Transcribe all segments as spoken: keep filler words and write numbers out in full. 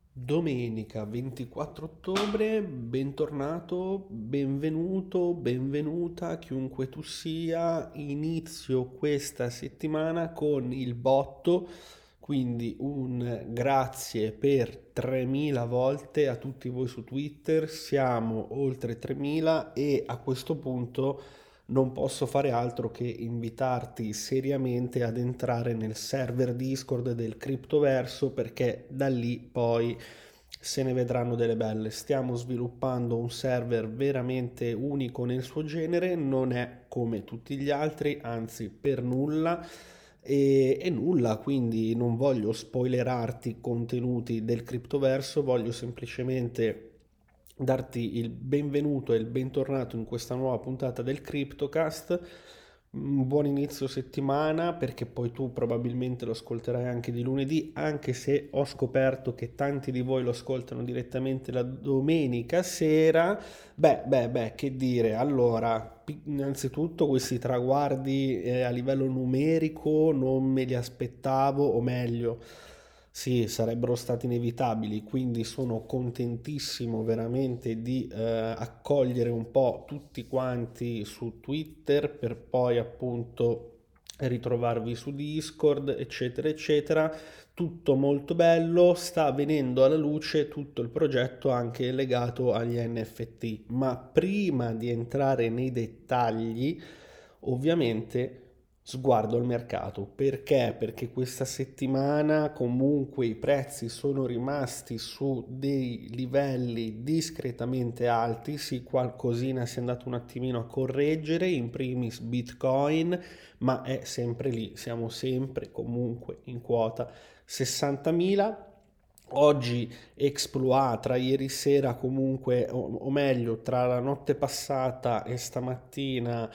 Domenica ventiquattro ottobre, bentornato, benvenuto, benvenuta, chiunque tu sia. Inizio questa settimana con il botto, quindi un grazie per tremila volte a tutti voi su Twitter. Siamo oltre tremila e a questo punto non posso fare altro che invitarti seriamente ad entrare nel server Discord del Criptoverso, perché da lì poi se ne vedranno delle belle. Stiamo sviluppando un server veramente unico nel suo genere, non è come tutti gli altri, anzi per nulla. E, e nulla, quindi non voglio spoilerarti contenuti del criptoverso, voglio semplicemente darti il benvenuto e il bentornato in questa nuova puntata del CryptoCast. Un buon inizio settimana, perché poi tu probabilmente lo ascolterai anche di lunedì, anche se ho scoperto che tanti di voi lo ascoltano direttamente la domenica sera. Beh, beh, beh, che dire. Allora, pi- innanzitutto questi traguardi eh, a livello numerico non me li aspettavo, o meglio, sì, sarebbero stati inevitabili, quindi sono contentissimo veramente di eh, accogliere un po' tutti quanti su Twitter per poi appunto ritrovarvi su Discord, eccetera, eccetera. Tutto molto bello, sta venendo alla luce tutto il progetto anche legato agli N F T, ma prima di entrare nei dettagli, ovviamente sguardo al mercato. Perché? Perché questa settimana comunque i prezzi sono rimasti su dei livelli discretamente alti, sì, qualcosina si è andato un attimino a correggere, in primis Bitcoin, ma è sempre lì, siamo sempre comunque in quota sessantamila. Oggi exploit tra ieri sera comunque, o, o meglio, tra la notte passata e stamattina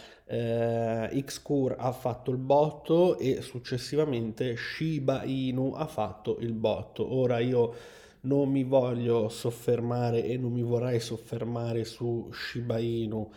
eh, Xcur ha fatto il botto e successivamente Shiba Inu ha fatto il botto. Ora io non mi voglio soffermare e non mi vorrei soffermare su Shiba Inu,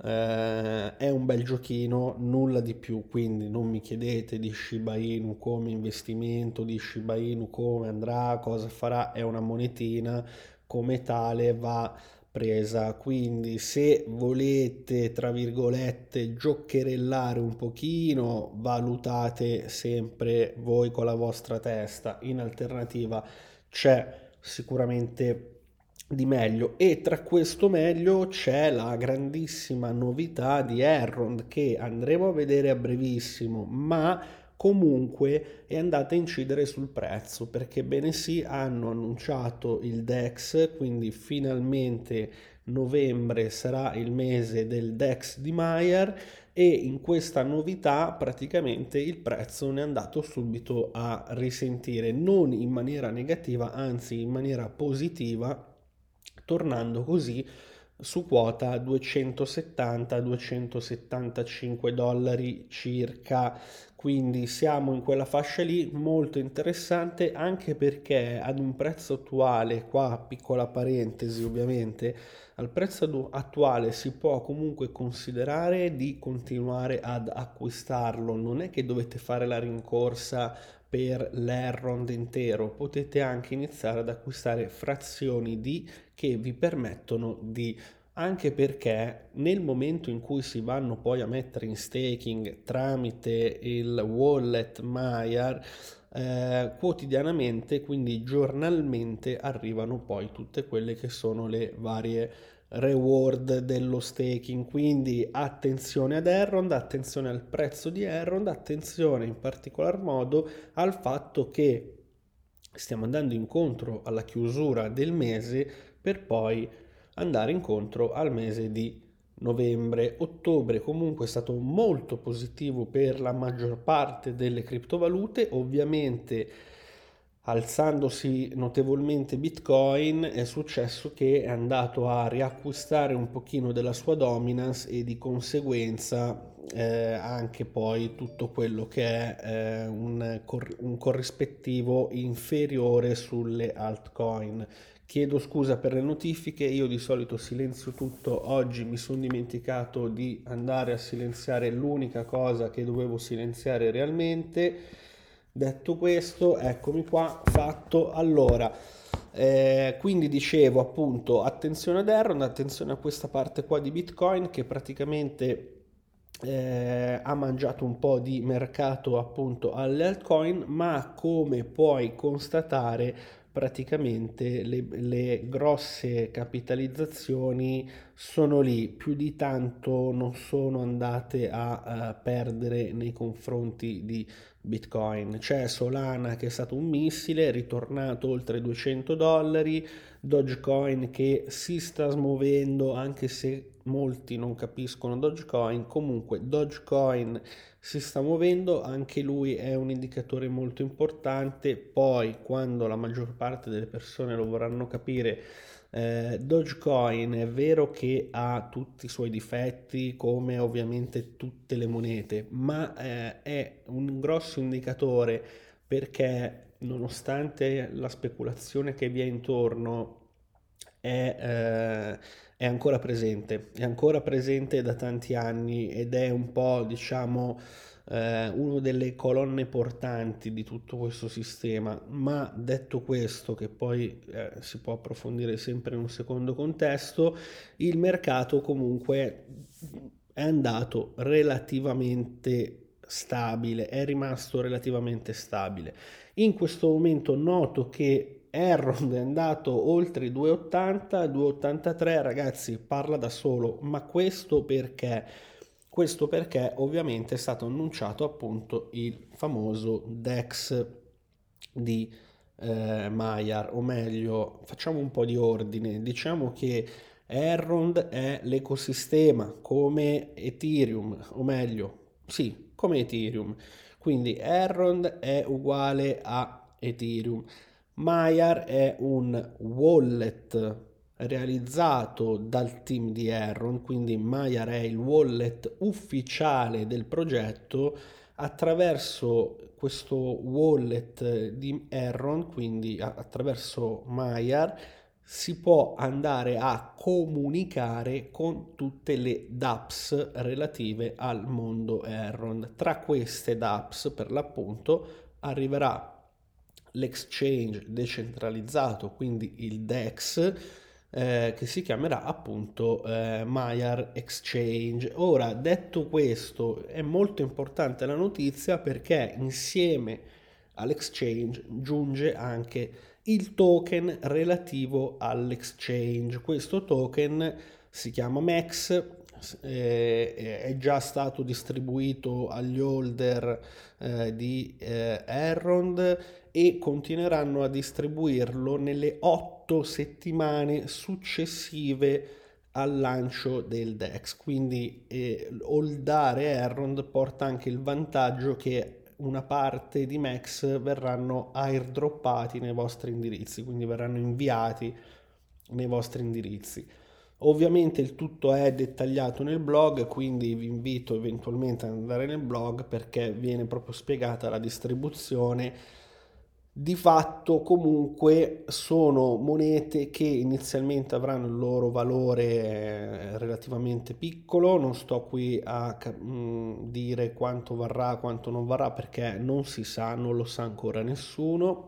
eh, è un bel giochino, nulla di più, quindi non mi chiedete di Shiba Inu come investimento, di Shiba Inu come andrà, cosa farà, è una monetina, come tale va presa. Quindi se volete, tra virgolette, giocherellare un pochino, valutate sempre voi con la vostra testa. In alternativa c'è sicuramente di meglio, e tra questo meglio c'è la grandissima novità di Errond che andremo a vedere a brevissimo, ma comunque è andata a incidere sul prezzo, perché bene sì, hanno annunciato il DEX, quindi finalmente novembre sarà il mese del DEX di Mayer, e in questa novità praticamente il prezzo ne è andato subito a risentire, non in maniera negativa, anzi in maniera positiva, tornando così su quota duecentosettanta-duecentosettantacinque dollari circa. Quindi siamo in quella fascia lì, molto interessante, anche perché ad un prezzo attuale, qua piccola parentesi ovviamente, al prezzo attuale si può comunque considerare di continuare ad acquistarlo, non è che dovete fare la rincorsa per l'Errond intero, potete anche iniziare ad acquistare frazioni di che vi permettono di, anche perché nel momento in cui si vanno poi a mettere in staking tramite il wallet Maiar, eh, quotidianamente, quindi giornalmente, arrivano poi tutte quelle che sono le varie reward dello staking. Quindi attenzione ad Errond, attenzione al prezzo di Errond, attenzione in particolar modo al fatto che stiamo andando incontro alla chiusura del mese per poi andare incontro al mese di novembre. Ottobre comunque è stato molto positivo per la maggior parte delle criptovalute, ovviamente alzandosi notevolmente Bitcoin è successo che è andato a riacquistare un pochino della sua dominance, e di conseguenza eh, anche poi tutto quello che è eh, un, cor- un corrispettivo inferiore sulle altcoin. Chiedo scusa per le notifiche, io di solito silenzio tutto, oggi mi sono dimenticato di andare a silenziare l'unica cosa che dovevo silenziare realmente. Detto questo, eccomi qua, fatto. Allora, Eh, quindi dicevo appunto attenzione ad Erron, attenzione a questa parte qua di Bitcoin che praticamente eh, ha mangiato un po' di mercato appunto alle altcoin, ma come puoi constatare praticamente le, le grosse capitalizzazioni sono lì, più di tanto non sono andate a, eh, perdere nei confronti di Bitcoin. C'è Solana che è stato un missile, è ritornato oltre duecento dollari, Dogecoin che si sta smuovendo anche se molti non capiscono Dogecoin, comunque Dogecoin si sta muovendo, anche lui è un indicatore molto importante, poi quando la maggior parte delle persone lo vorranno capire, eh, Dogecoin è vero che ha tutti i suoi difetti come ovviamente tutte le monete, ma eh, è un grosso indicatore perché nonostante la speculazione che vi è intorno è, eh, è ancora presente, è ancora presente da tanti anni ed è un po', diciamo, eh, una delle colonne portanti di tutto questo sistema. Ma detto questo, che poi eh, si può approfondire sempre in un secondo contesto, il mercato comunque è andato relativamente stabile, è rimasto relativamente stabile. In questo momento noto che Errond è andato oltre i due virgola ottanta, due virgola ottantatré, ragazzi, parla da solo, ma questo perché? Questo perché ovviamente è stato annunciato appunto il famoso DEX di eh, Maiar, o meglio, facciamo un po' di ordine, diciamo che Errond è l'ecosistema come Ethereum, o meglio, sì, come Ethereum. Quindi Errond è uguale a Ethereum. Maiar è un wallet realizzato dal team di Erron, quindi Maiar è il wallet ufficiale del progetto. Attraverso questo wallet di Erron, quindi attraverso Maiar, si può andare a comunicare con tutte le dApps relative al mondo Erron. Tra queste dApps, per l'appunto, arriverà l'exchange decentralizzato, quindi il DEX, eh, che si chiamerà appunto eh, Maiar Exchange. Ora, detto questo, è molto importante la notizia perché insieme all'exchange giunge anche il token relativo all'exchange. Questo token si chiama M E X, eh, è già stato distribuito agli holder eh, di eh, Errond e continueranno a distribuirlo nelle otto settimane successive al lancio del DEX. Quindi eh, holdare Errond porta anche il vantaggio che una parte di M E X verranno airdroppati nei vostri indirizzi, quindi verranno inviati nei vostri indirizzi. Ovviamente il tutto è dettagliato nel blog, quindi vi invito eventualmente ad andare nel blog perché viene proprio spiegata la distribuzione. Di fatto comunque sono monete che inizialmente avranno il loro valore eh, relativamente piccolo, non sto qui a mh, dire quanto varrà, quanto non varrà perché non si sa, non lo sa ancora nessuno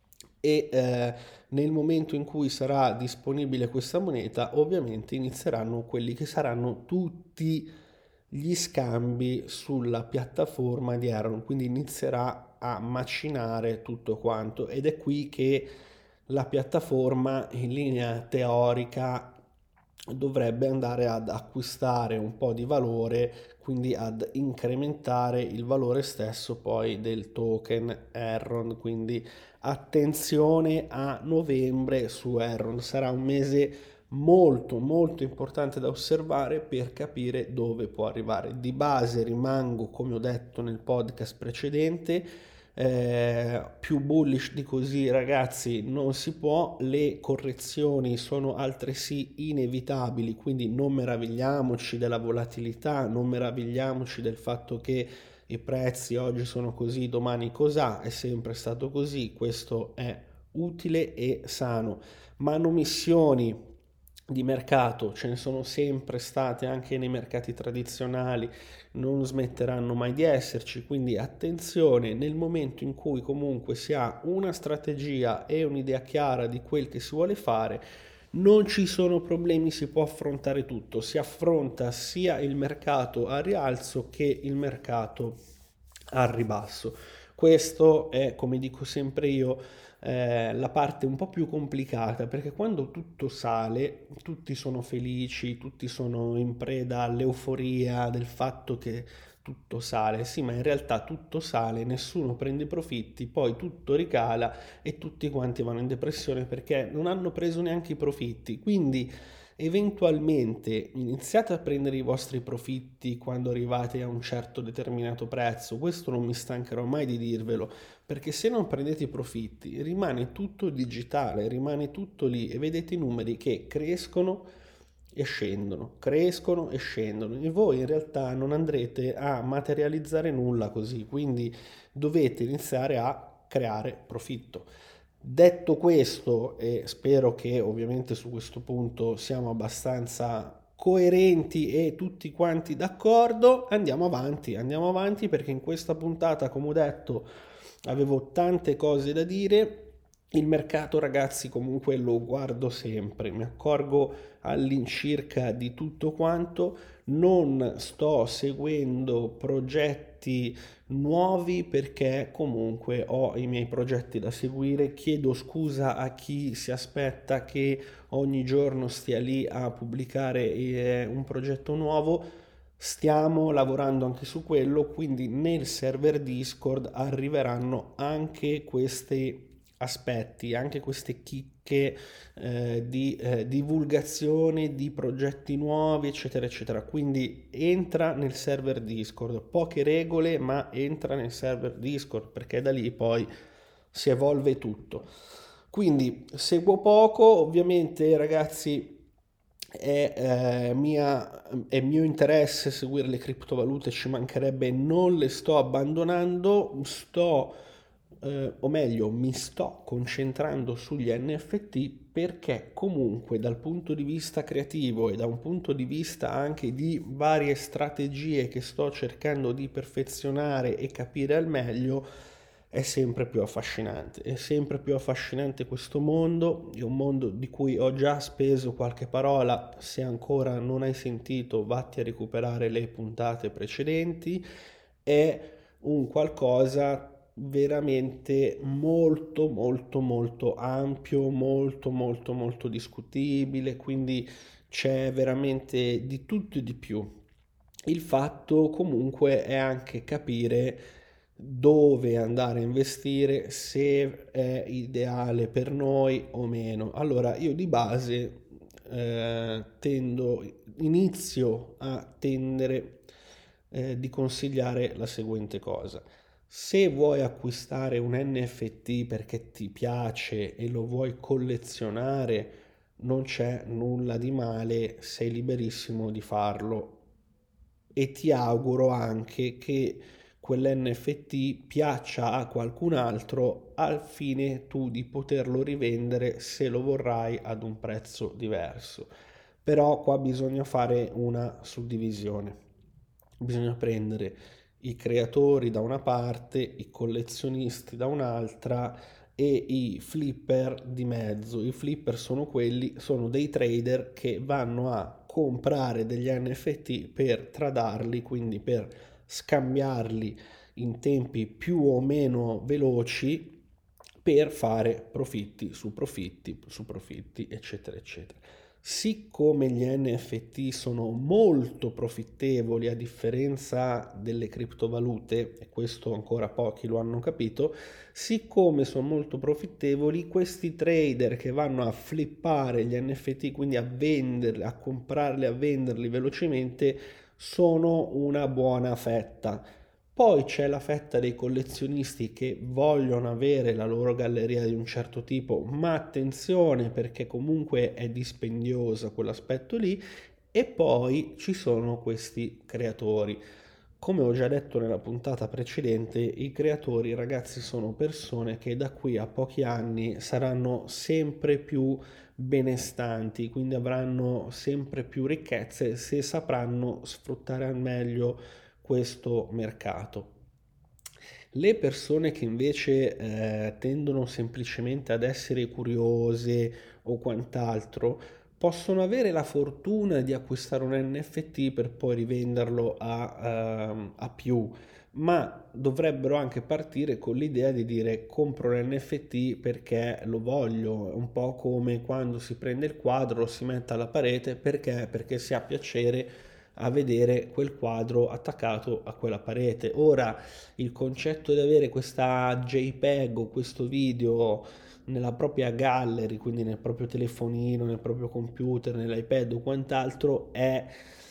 e eh, nel momento in cui sarà disponibile questa moneta ovviamente inizieranno quelli che saranno tutti gli scambi sulla piattaforma di Aaron, quindi inizierà a macinare tutto quanto ed è qui che la piattaforma in linea teorica dovrebbe andare ad acquistare un po' di valore, quindi ad incrementare il valore stesso poi del token Erron, quindi attenzione a novembre su Erron, sarà un mese molto molto importante da osservare per capire dove può arrivare. Di base rimango, come ho detto nel podcast precedente, eh, più bullish di così ragazzi non si può, le correzioni sono altresì inevitabili, quindi non meravigliamoci della volatilità, non meravigliamoci del fatto che i prezzi oggi sono così, domani cos'ha, è sempre stato così, questo è utile e sano. Manomissioni di mercato ce ne sono sempre state anche nei mercati tradizionali, non smetteranno mai di esserci, quindi attenzione nel momento in cui comunque si ha una strategia e un'idea chiara di quel che si vuole fare, non ci sono problemi, si può affrontare tutto, si affronta sia il mercato a rialzo che il mercato al ribasso. Questo è, come dico sempre io, eh, la parte un po' più complicata, perché quando tutto sale, tutti sono felici, tutti sono in preda all'euforia del fatto che tutto sale, sì, ma in realtà tutto sale, nessuno prende i profitti, poi tutto ricala e tutti quanti vanno in depressione perché non hanno preso neanche i profitti. Quindi eventualmente iniziate a prendere i vostri profitti quando arrivate a un certo determinato prezzo, questo non mi stancherò mai di dirvelo, perché se non prendete i profitti rimane tutto digitale, rimane tutto lì e vedete i numeri che crescono e scendono, crescono e scendono e voi in realtà non andrete a materializzare nulla così, quindi dovete iniziare a creare profitto. Detto questo, e spero che ovviamente su questo punto siamo abbastanza coerenti e tutti quanti d'accordo, andiamo avanti, andiamo avanti perché in questa puntata, come ho detto, avevo tante cose da dire. Il mercato, ragazzi, comunque lo guardo sempre, mi accorgo all'incirca di tutto quanto, non sto seguendo progetti nuovi perché comunque ho i miei progetti da seguire. Chiedo scusa a chi si aspetta che ogni giorno stia lì a pubblicare eh, un progetto nuovo. Stiamo lavorando anche su quello, quindi nel server Discord arriveranno anche questi aspetti, anche queste chicche eh, di eh, divulgazione di progetti nuovi, eccetera, eccetera. Quindi entra nel server Discord, poche regole, ma entra nel server Discord perché da lì poi si evolve tutto. Quindi seguo poco, ovviamente ragazzi è, eh, mia, è mio interesse seguire le criptovalute, ci mancherebbe, non le sto abbandonando, sto eh, o meglio mi sto concentrando sugli N F T perché comunque dal punto di vista creativo e da un punto di vista anche di varie strategie che sto cercando di perfezionare e capire al meglio, è sempre più affascinante, è sempre più affascinante questo mondo, è un mondo di cui ho già speso qualche parola, se ancora non hai sentito vatti a recuperare le puntate precedenti, è un qualcosa veramente molto molto molto ampio, molto molto molto discutibile, quindi c'è veramente di tutto e di più. Il fatto comunque è anche capire dove andare a investire, se è ideale per noi o meno. Allora, io di base eh, tendo, inizio a tendere eh, di consigliare la seguente cosa. Se vuoi acquistare un N F T perché ti piace e lo vuoi collezionare, non c'è nulla di male, sei liberissimo di farlo e ti auguro anche che quell'N F T piaccia a qualcun altro al fine tu di poterlo rivendere se lo vorrai ad un prezzo diverso. Però qua bisogna fare una suddivisione. Bisogna prendere i creatori da una parte, i collezionisti da un'altra e i flipper di mezzo. I flipper sono quelli, sono dei trader che vanno a comprare degli N F T per tradarli, quindi per scambiarli in tempi più o meno veloci per fare profitti su profitti su profitti, eccetera, eccetera. Siccome gli N F T sono molto profittevoli a differenza delle criptovalute, e questo ancora pochi lo hanno capito, siccome sono molto profittevoli, questi trader che vanno a flippare gli N F T, quindi a venderli, a comprarli, a venderli velocemente, sono una buona fetta. Poi c'è la fetta dei collezionisti che vogliono avere la loro galleria di un certo tipo, ma attenzione perché comunque è dispendiosa quell'aspetto lì. E poi ci sono questi creatori. Come ho già detto nella puntata precedente, i creatori, ragazzi, sono persone che da qui a pochi anni saranno sempre più benestanti, quindi avranno sempre più ricchezze se sapranno sfruttare al meglio questo mercato. Le persone che invece eh, tendono semplicemente ad essere curiose o quant'altro, possono avere la fortuna di acquistare un N F T per poi rivenderlo a, ehm, a più, ma dovrebbero anche partire con l'idea di dire compro l'N F T perché lo voglio, è un po' come quando si prende il quadro, lo si mette alla parete perché, perché si ha piacere a vedere quel quadro attaccato a quella parete. Ora, il concetto di avere questa JPEG o questo video nella propria gallery, quindi nel proprio telefonino, nel proprio computer, nell'iPad o quant'altro, è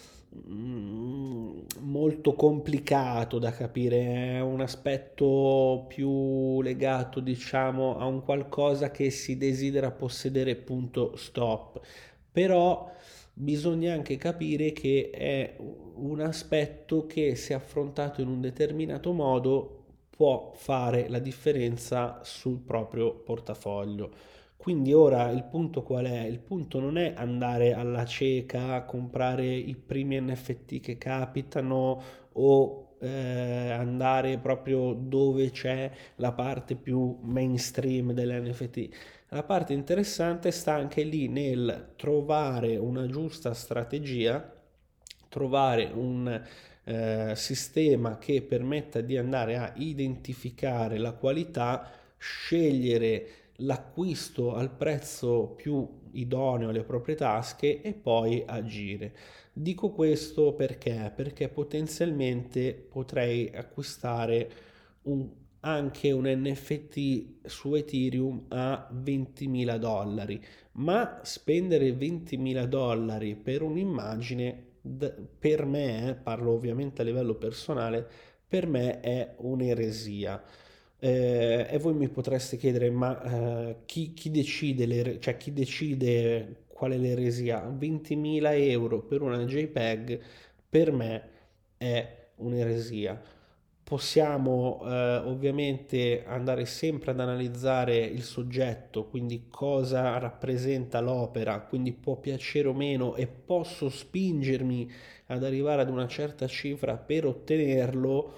mm, molto complicato da capire, è un aspetto più legato, diciamo, a un qualcosa che si desidera possedere, punto stop. Però bisogna anche capire che è un aspetto che, se affrontato in un determinato modo, può fare la differenza sul proprio portafoglio. Quindi ora il punto qual è? Il punto non è andare alla cieca a comprare i primi N F T che capitano o eh, andare proprio dove c'è la parte più mainstream dell'N F T. La parte interessante sta anche lì nel trovare una giusta strategia, trovare un eh, sistema che permetta di andare a identificare la qualità, scegliere l'acquisto al prezzo più idoneo alle proprie tasche e poi agire. Dico questo perché? Perché potenzialmente potrei acquistare un, anche un N F T su Ethereum a ventimila dollari, ma spendere ventimila dollari per un'immagine, per me, eh, parlo ovviamente a livello personale, per me è un'eresia. Eh, e voi mi potreste chiedere, ma eh, chi, chi decide le, cioè, chi decide qual è l'eresia? ventimila euro per una JPEG per me è un'eresia. Possiamo eh, ovviamente andare sempre ad analizzare il soggetto, quindi cosa rappresenta l'opera, quindi può piacere o meno e posso spingermi ad arrivare ad una certa cifra per ottenerlo,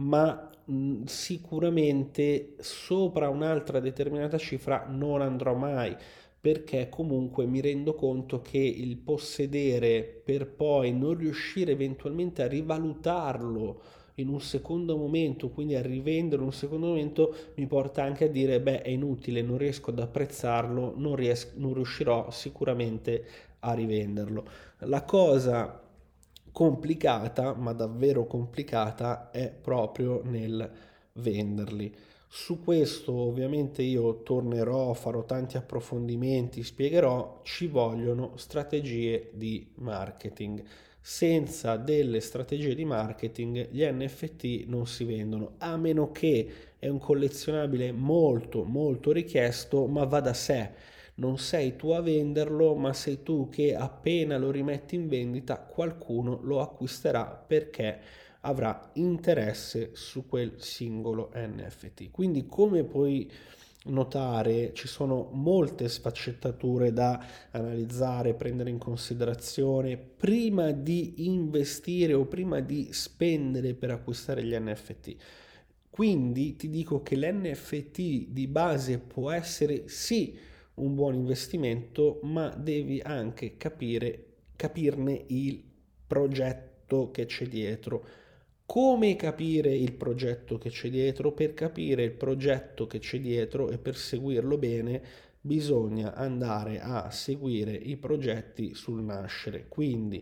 ma mh, sicuramente sopra un'altra determinata cifra non andrò mai, perché comunque mi rendo conto che il possedere per poi non riuscire eventualmente a rivalutarlo in un secondo momento, quindi a rivendere in un secondo momento, mi porta anche a dire beh, è inutile, non riesco ad apprezzarlo, non, ries- non riuscirò sicuramente a rivenderlo. La cosa complicata, ma davvero complicata, è proprio nel venderli. Su questo ovviamente io tornerò, farò tanti approfondimenti, spiegherò, ci vogliono strategie di marketing. Senza delle strategie di marketing gli N F T non si vendono, a meno che è un collezionabile molto molto richiesto, ma va da sé. Non sei tu a venderlo, ma sei tu che appena lo rimetti in vendita qualcuno lo acquisterà perché avrà interesse su quel singolo N F T. Quindi, come puoi notare, ci sono molte sfaccettature da analizzare, prendere in considerazione prima di investire o prima di spendere per acquistare gli N F T. Quindi ti dico che l'N F T di base può essere sì un buon investimento, ma devi anche capire, capirne il progetto che c'è dietro. Come capire il progetto che c'è dietro? Per capire il progetto che c'è dietro e per seguirlo bene bisogna andare a seguire i progetti sul nascere. Quindi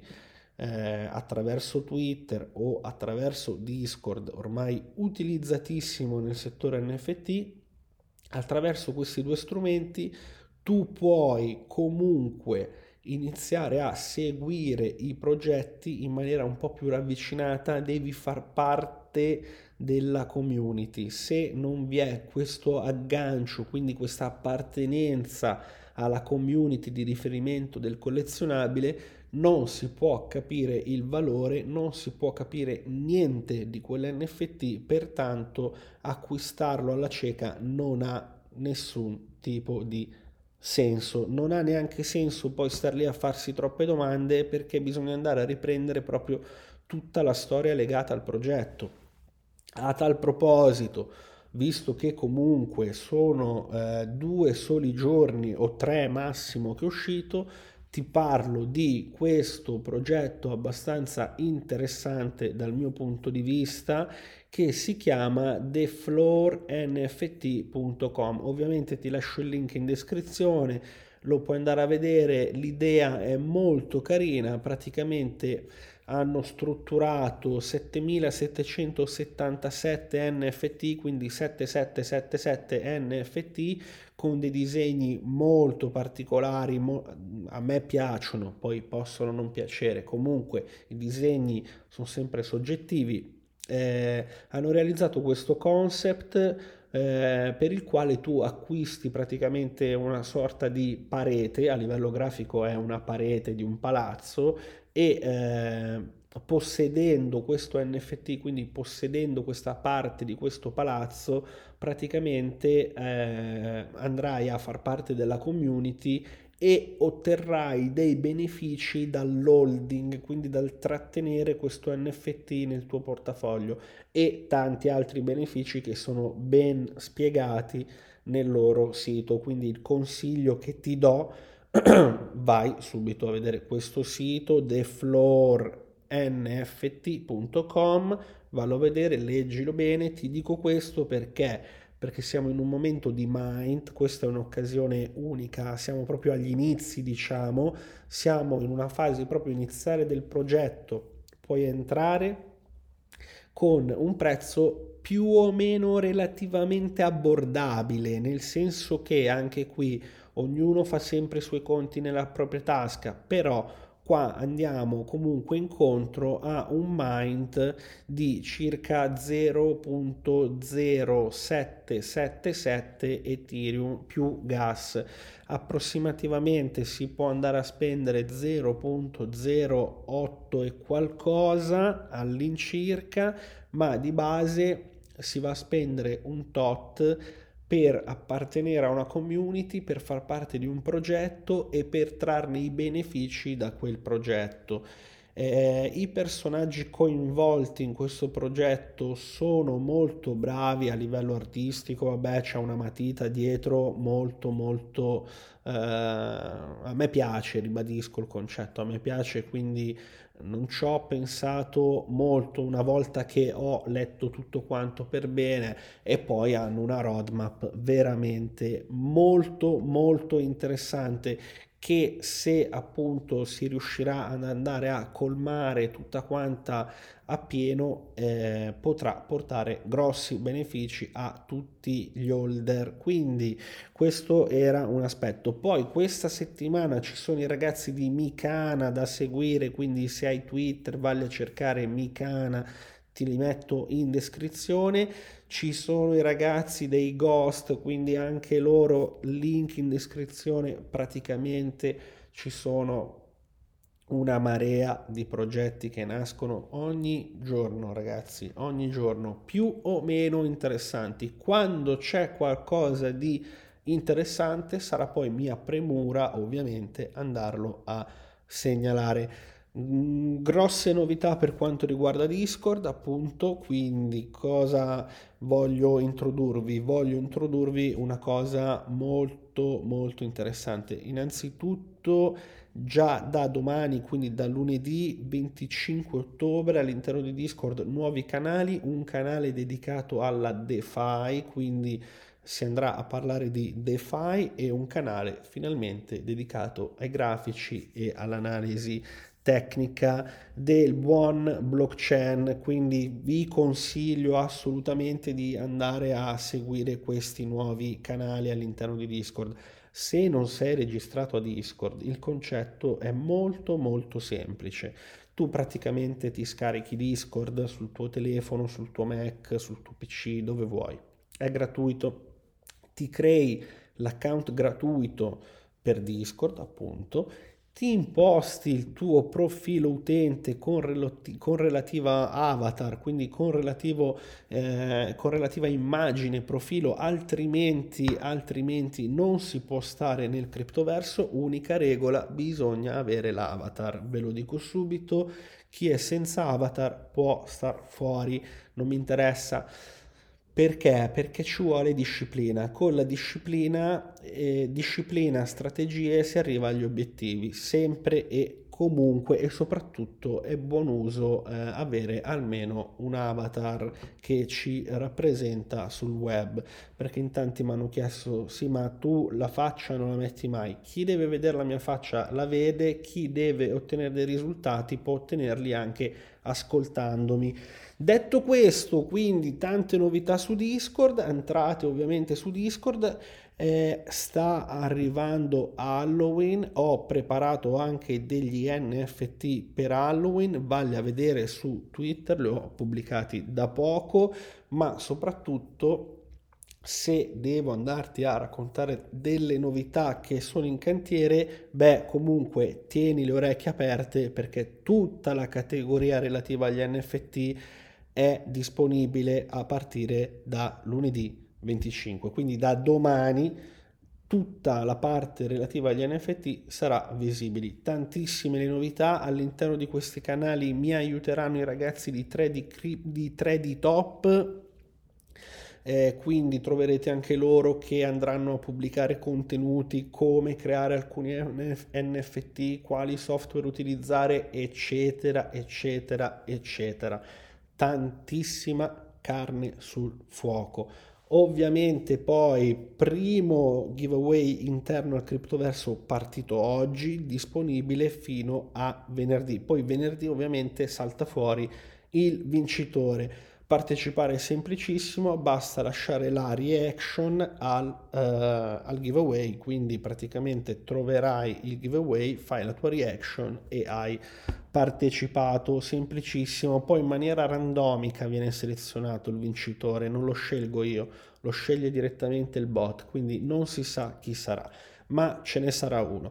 eh, attraverso Twitter o attraverso Discord, ormai utilizzatissimo nel settore N F T, attraverso questi due strumenti tu puoi comunque iniziare a seguire i progetti in maniera un po' più ravvicinata, devi far parte della community. Se non vi è questo aggancio, quindi questa appartenenza alla community di riferimento del collezionabile, non si può capire il valore, non si può capire niente di quell'N F T, pertanto acquistarlo alla cieca non ha nessun tipo di senso. Non ha neanche senso poi star lì a farsi troppe domande, perché bisogna andare a riprendere proprio tutta la storia legata al progetto. A tal proposito, visto che comunque sono eh, due soli giorni o tre massimo che è uscito, ti parlo di questo progetto abbastanza interessante dal mio punto di vista, che si chiama the floor n f t punto com. Ovviamente ti lascio il link in descrizione, lo puoi andare a vedere. L'idea è molto carina, praticamente hanno strutturato settemilasettecentosettantasette N F T, quindi settantasettecentosettantasette N F T, con dei disegni molto particolari. A me piacciono, poi possono non piacere, comunque i disegni sono sempre soggettivi. Eh, hanno realizzato questo concept eh, per il quale tu acquisti praticamente una sorta di parete. A livello grafico è una parete di un palazzo, e eh, possedendo questo N F T, quindi possedendo questa parte di questo palazzo, praticamente eh, andrai a far parte della community e otterrai dei benefici dall'holding, quindi dal trattenere questo N F T nel tuo portafoglio, e tanti altri benefici che sono ben spiegati nel loro sito. Quindi il consiglio che ti do: vai subito a vedere questo sito, the floor n f t punto com, vallo a vedere, leggilo bene. Ti dico questo perché perché siamo in un momento di Mind, questa è un'occasione unica, siamo proprio agli inizi, diciamo, siamo in una fase proprio iniziale del progetto. Puoi entrare con un prezzo più o meno relativamente abbordabile, nel senso che anche qui ognuno fa sempre i suoi conti nella propria tasca, però qua andiamo comunque incontro a un Mind di circa zero virgola zero sette sette sette Ethereum più gas. Approssimativamente si può andare a spendere zero virgola zero otto e qualcosa all'incirca, ma di base si va a spendere un tot per appartenere a una community, per far parte di un progetto e per trarne i benefici da quel progetto. Eh, I personaggi coinvolti in questo progetto sono molto bravi a livello artistico. Vabbè, c'è una matita dietro molto molto eh, a me piace, ribadisco il concetto, a me piace, quindi non ci ho pensato molto una volta che ho letto tutto quanto per bene. E poi hanno una roadmap veramente molto molto interessante, che se appunto si riuscirà ad andare a colmare tutta quanta appieno, eh, potrà portare grossi benefici a tutti gli holder. Quindi questo era un aspetto. Poi questa settimana ci sono i ragazzi di Micana da seguire, quindi se hai Twitter vai a cercare Micana, ti li metto in descrizione. Ci sono i ragazzi dei Ghost, quindi anche loro link in descrizione. Praticamente ci sono una marea di progetti che nascono ogni giorno, ragazzi, ogni giorno, più o meno interessanti. Quando c'è qualcosa di interessante sarà poi mia premura, ovviamente, andarlo a segnalare. Mm, grosse novità per quanto riguarda Discord, appunto. Quindi cosa voglio introdurvi? Voglio introdurvi una cosa molto molto interessante. Innanzitutto, già da domani, quindi da lunedì venticinque ottobre, all'interno di Discord nuovi canali: un canale dedicato alla DeFi, quindi si andrà a parlare di DeFi, e un canale finalmente dedicato ai grafici e all'analisi tecnica del buon blockchain. Quindi vi consiglio assolutamente di andare a seguire questi nuovi canali all'interno di Discord. Se non sei registrato a Discord, il concetto è molto molto semplice. Tu praticamente ti scarichi Discord sul tuo telefono, sul tuo Mac, sul tuo P C, dove vuoi. È gratuito. Ti crei l'account gratuito per Discord, appunto, ti imposti il tuo profilo utente con, relati- con relativa avatar, quindi con, relativo, eh, con relativa immagine, profilo, altrimenti, altrimenti non si può stare nel criptoverso. Unica regola, bisogna avere l'avatar, ve lo dico subito, chi è senza avatar può star fuori, non mi interessa. Perché? Perché ci vuole disciplina. Con la disciplina, eh, disciplina, strategie si arriva agli obiettivi, sempre e comunque, e soprattutto è buon uso eh, avere almeno un avatar che ci rappresenta sul web, perché in tanti mi hanno chiesto, sì, ma tu la faccia non la metti mai. Chi deve vedere la mia faccia la vede, chi deve ottenere dei risultati può ottenerli anche ascoltandomi. Detto questo, quindi tante novità su Discord, entrate ovviamente su Discord, eh, sta arrivando Halloween, ho preparato anche degli N F T per Halloween, valli a vedere su Twitter, li ho pubblicati da poco, ma soprattutto se devo andarti a raccontare delle novità che sono in cantiere, beh, comunque tieni le orecchie aperte perché tutta la categoria relativa agli N F T è disponibile a partire da lunedì venticinque, quindi da domani tutta la parte relativa agli N F T sarà visibile. Tantissime le novità all'interno di questi canali, mi aiuteranno i ragazzi di tre D, di tre D Top, eh, quindi troverete anche loro che andranno a pubblicare contenuti, come creare alcuni N F T, quali software utilizzare, eccetera, eccetera, eccetera. Tantissima carne sul fuoco. Ovviamente poi primo giveaway interno al criptoverso partito oggi, disponibile fino a venerdì. Poi venerdì ovviamente salta fuori il vincitore. Partecipare è semplicissimo, basta lasciare la reaction al, uh, al giveaway, quindi praticamente troverai il giveaway, fai la tua reaction e hai partecipato, semplicissimo. Poi in maniera randomica viene selezionato il vincitore, non lo scelgo io, lo sceglie direttamente il bot, quindi non si sa chi sarà, ma ce ne sarà uno.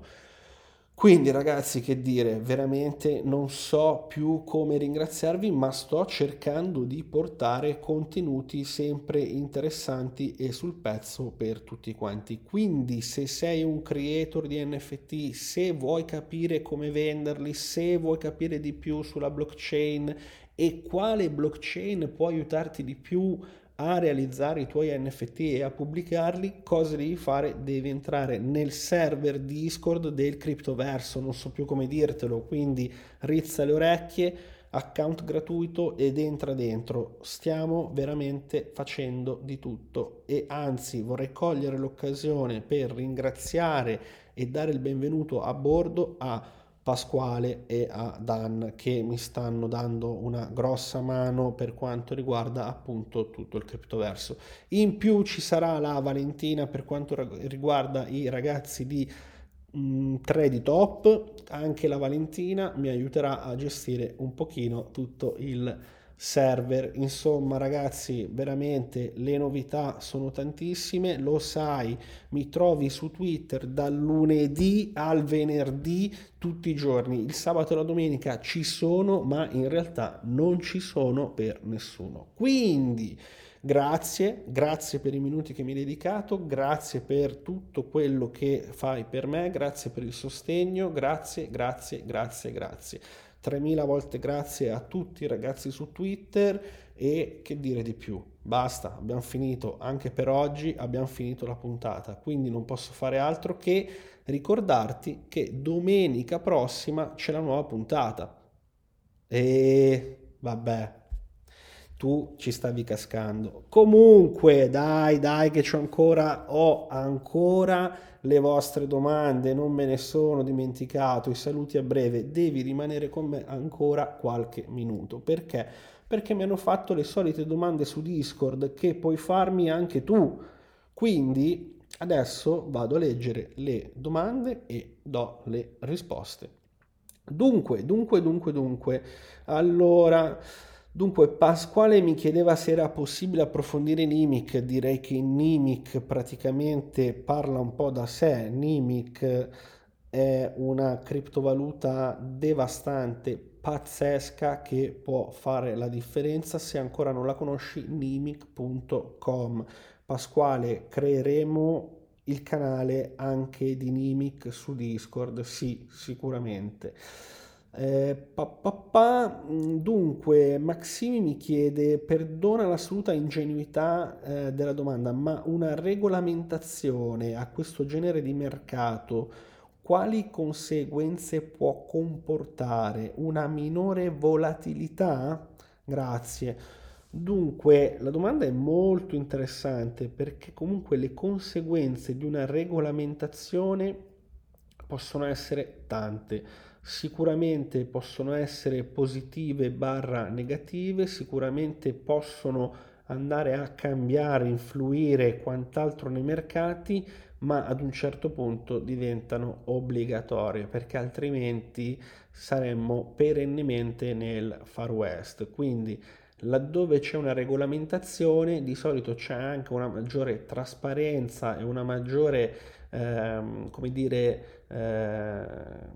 Quindi ragazzi, che dire, veramente non so più come ringraziarvi, ma sto cercando di portare contenuti sempre interessanti e sul pezzo per tutti quanti. Quindi se sei un creator di N F T, se vuoi capire come venderli, se vuoi capire di più sulla blockchain e quale blockchain può aiutarti di più a realizzare i tuoi N F T e a pubblicarli, cosa devi fare? Devi entrare nel server Discord del criptoverso, non so più come dirtelo, quindi rizza le orecchie, account gratuito ed entra dentro. Stiamo veramente facendo di tutto e anzi vorrei cogliere l'occasione per ringraziare e dare il benvenuto a bordo a Pasquale e a Dan, che mi stanno dando una grossa mano per quanto riguarda appunto tutto il criptoverso. In più ci sarà la Valentina per quanto riguarda i ragazzi di mh, tre D Top, anche la Valentina mi aiuterà a gestire un pochino tutto il server. Insomma ragazzi, veramente le novità sono tantissime, lo sai, mi trovi su Twitter dal lunedì al venerdì tutti i giorni. Il sabato e la domenica ci sono, ma in realtà non ci sono per nessuno. Quindi grazie, grazie per i minuti che mi hai dedicato, grazie per tutto quello che fai per me, grazie per il sostegno, grazie, grazie, grazie, grazie. tremila volte grazie a tutti i ragazzi su Twitter e che dire di più. Basta, abbiamo finito anche per oggi, abbiamo finito la puntata, quindi non posso fare altro che ricordarti che domenica prossima c'è la nuova puntata. E vabbè, tu ci stavi cascando. Comunque, dai, dai, che c'ho ancora, ho ancora le vostre domande, non me ne sono dimenticato. I saluti a breve, devi rimanere con me ancora qualche minuto. Perché? Perché mi hanno fatto le solite domande su Discord che puoi farmi anche tu. Quindi adesso vado a leggere le domande e do le risposte. Dunque, dunque, dunque, dunque. Allora, Dunque, Pasquale mi chiedeva se era possibile approfondire Nimic. Direi che Nimic praticamente parla un po' da sé. Nimic è una criptovaluta devastante, pazzesca, che può fare la differenza. Se ancora non la conosci, nimic punto com. Pasquale, creeremo il canale anche di Nimic su Discord, sì, sicuramente. Eh, pa, pa, pa, mh, dunque, Maximi mi chiede, perdona l'assoluta ingenuità eh, della domanda, ma una regolamentazione a questo genere di mercato, quali conseguenze può comportare? Una minore volatilità? Grazie. Dunque, la domanda è molto interessante perché comunque le conseguenze di una regolamentazione possono essere tante. Sicuramente possono essere positive barra negative, sicuramente possono andare a cambiare, influire e quant'altro nei mercati, ma ad un certo punto diventano obbligatorie perché altrimenti saremmo perennemente nel Far West. Quindi laddove c'è una regolamentazione, di solito c'è anche una maggiore trasparenza e una maggiore, ehm, come dire, eh,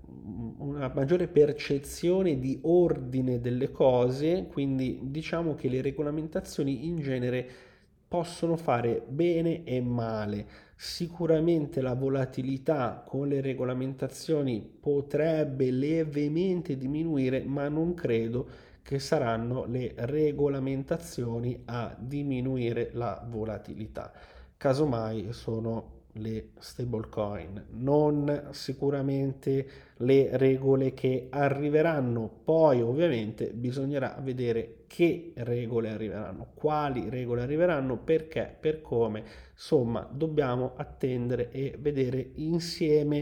una maggiore percezione di ordine delle cose, quindi diciamo che le regolamentazioni in genere possono fare bene e male. Sicuramente la volatilità con le regolamentazioni potrebbe lievemente diminuire, ma non credo che saranno le regolamentazioni a diminuire la volatilità. Casomai sono le stablecoin, non sicuramente le regole che arriveranno. Poi ovviamente bisognerà vedere che regole arriveranno, quali regole arriveranno, perché, per come, insomma, dobbiamo attendere e vedere insieme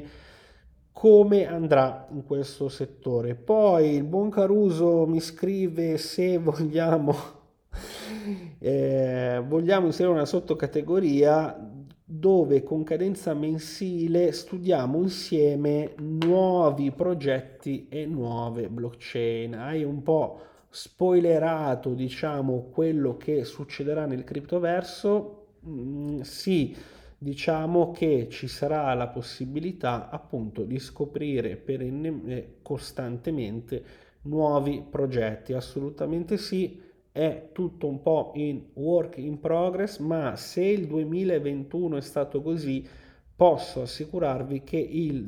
come andrà in questo settore. Poi il buon Caruso mi scrive se vogliamo, eh, vogliamo inserire una sottocategoria dove con cadenza mensile studiamo insieme nuovi progetti e nuove blockchain. Hai un po' spoilerato, diciamo, quello che succederà nel criptoverso. Mm, sì, diciamo che ci sarà la possibilità appunto di scoprire perenne- eh, costantemente nuovi progetti. Assolutamente sì, è tutto un po' in work in progress, ma se il duemilaventuno è stato così, posso assicurarvi che il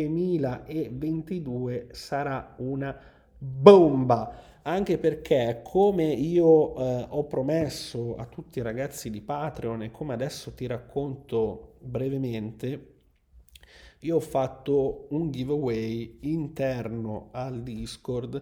duemilaventidue sarà una bomba. Anche perché, come io eh, ho promesso a tutti i ragazzi di Patreon e come adesso ti racconto brevemente, io ho fatto un giveaway interno al Discord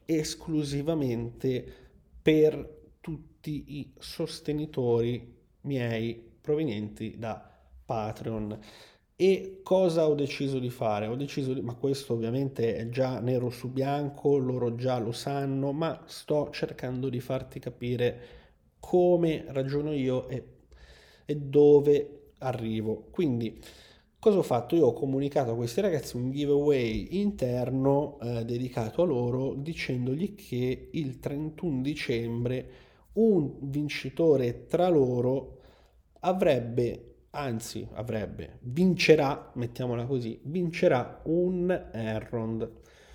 esclusivamente per tutti i sostenitori miei provenienti da Patreon. E cosa ho deciso di fare? Ho deciso di, ma questo ovviamente è già nero su bianco, loro già lo sanno, ma sto cercando di farti capire come ragiono io e, e dove arrivo. Quindi, cosa ho fatto? Io ho comunicato a questi ragazzi un giveaway interno eh, dedicato a loro, dicendogli che il trentuno dicembre un vincitore tra loro avrebbe, anzi avrebbe, vincerà, mettiamola così, vincerà un Elrond.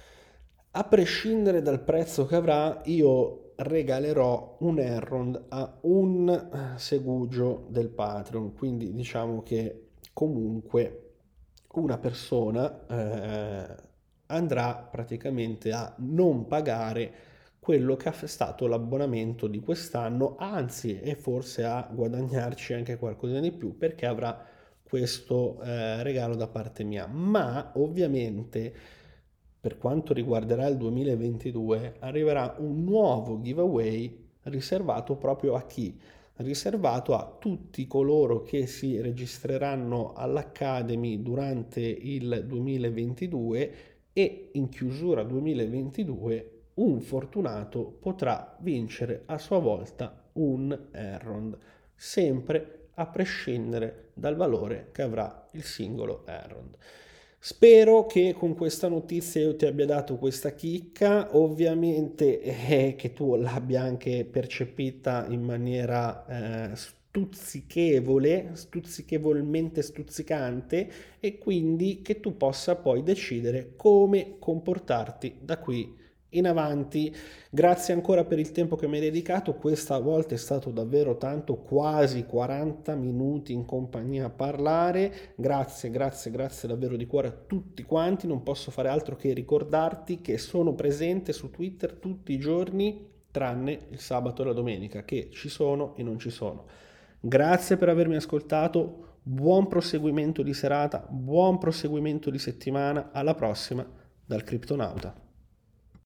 A prescindere dal prezzo che avrà, io regalerò un Elrond a un eh, segugio del Patreon, quindi diciamo che comunque una persona eh, andrà praticamente a non pagare quello che è stato l'abbonamento di quest'anno, anzi e forse a guadagnarci anche qualcosa di più perché avrà questo eh, regalo da parte mia. Ma ovviamente per quanto riguarderà il duemilaventidue arriverà un nuovo giveaway riservato proprio a chi? Riservato a tutti coloro che si registreranno all'Academy durante il duemilaventidue e in chiusura duemilaventidue un fortunato potrà vincere a sua volta un Elrond, sempre a prescindere dal valore che avrà il singolo Elrond. Spero che con questa notizia io ti abbia dato questa chicca, ovviamente eh, che tu l'abbia anche percepita in maniera eh, stuzzichevole, stuzzichevolmente stuzzicante e quindi che tu possa poi decidere come comportarti da qui in avanti. Grazie ancora per il tempo che mi hai dedicato, questa volta è stato davvero tanto, quasi quaranta minuti in compagnia a parlare. Grazie, grazie, grazie davvero di cuore a tutti quanti. Non posso fare altro che ricordarti che sono presente su Twitter tutti i giorni, tranne il sabato e la domenica, che ci sono e non ci sono. Grazie per avermi ascoltato, buon proseguimento di serata, buon proseguimento di settimana, alla prossima dal Criptonauta.